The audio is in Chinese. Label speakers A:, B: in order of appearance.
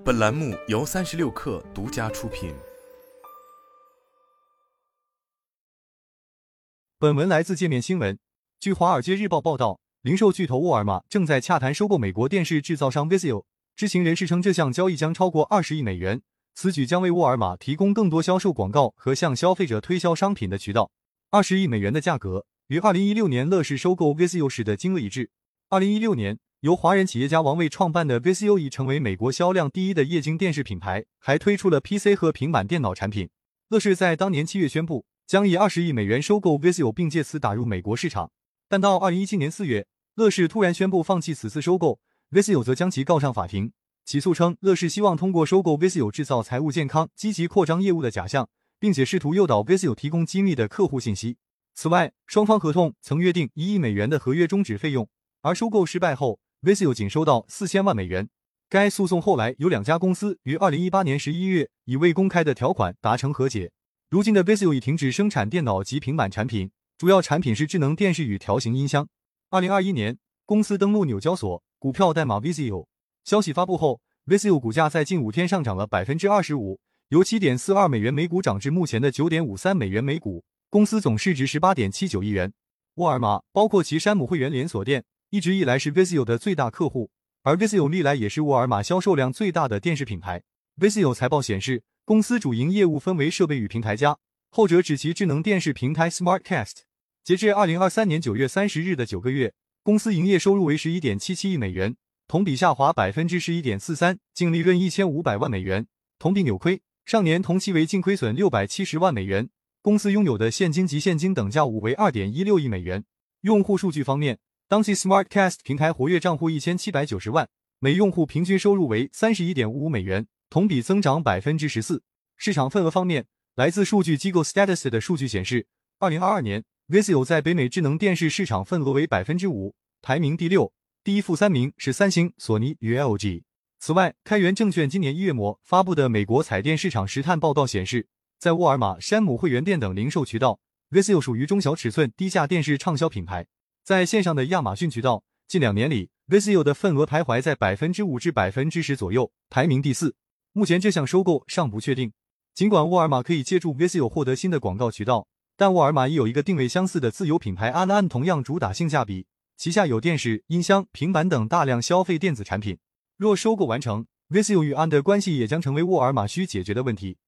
A: 本栏目由36氪独家出品。
B: 本文来自界面新闻。据《华尔街日报》报道，零售巨头沃尔玛正在洽谈收购美国电视制造商 Vizio。知情人士称，这项交易将超过20亿美元，此举将为沃尔玛提供更多销售广告和向消费者推销商品的渠道。20亿美元的价格与2016年乐视收购 Vizio 时的金额一致。2016年，由华人企业家王卫创办的 Vizio 已成为美国销量第一的液晶电视品牌，还推出了 PC 和平板电脑产品。乐视在当年7月宣布，将以20亿美元收购 Vizio， 并借此打入美国市场。但到2017年4月，乐视突然宣布放弃此次收购， Vizio 则将其告上法庭，起诉称乐视希望通过收购 Vizio 制造财务健康、积极扩张业务的假象，并且试图诱导 Vizio 提供机密的客户信息。此外，双方合同曾约定1亿美元的合约终止费用，而收购失败后，Vizio 仅收到4000万美元。该诉讼后来有2家公司于2018年11月以未公开的条款达成和解。如今的 Vizio 已停止生产电脑及平板产品，主要产品是智能电视与条形音箱。2021年，公司登陆纽交所，股票代码 Vizio。消息发布后， Vizio 股价在近5天上涨了 25%， 由 7.42 美元每股涨至目前的 9.53 美元每股，公司总市值 18.79 亿元。沃尔玛包括其山姆会员连锁店一直以来是 Vizio 的最大客户，而 Vizio 历来也是沃尔玛销售量最大的电视品牌。Vizio 财报显示，公司主营业务分为设备与平台家，后者指其智能电视平台 SmartCast。 截至2023年9月30日的9个月，公司营业收入为 11.77 亿美元，同比下滑 11.43%， 净利润1500万美元，同比扭亏。上年同期为净亏损670万美元。公司拥有的现金及现金等价物为 2.16 亿美元。用户数据方面，当期 SmartCast 平台活跃账户1790万，每用户平均收入为 31.55 美元，同比增长 14%。 市场份额方面，来自数据机构 Statista 的数据显示，2022年 Vizio 在北美智能电视市场份额为 5%， 排名第6，第一负3名是三星、索尼与 LG。 此外，开源证券今年1月末发布的美国彩电市场实探报告显示，在沃尔玛、山姆会员店等零售渠道， Vizio 属于中小尺寸低价电视畅销品牌。在线上的亚马逊渠道，近2年里 Vizio 的份额徘徊在 5% 至 10% 左右，排名第4。目前这项收购尚不确定。尽管沃尔玛可以借助 Vizio 获得新的广告渠道，但沃尔玛也有一个定位相似的自有品牌安安，同样主打性价比，旗下有电视、音箱、平板等大量消费电子产品。若收购完成， Vizio 与安的关系也将成为沃尔玛需解决的问题。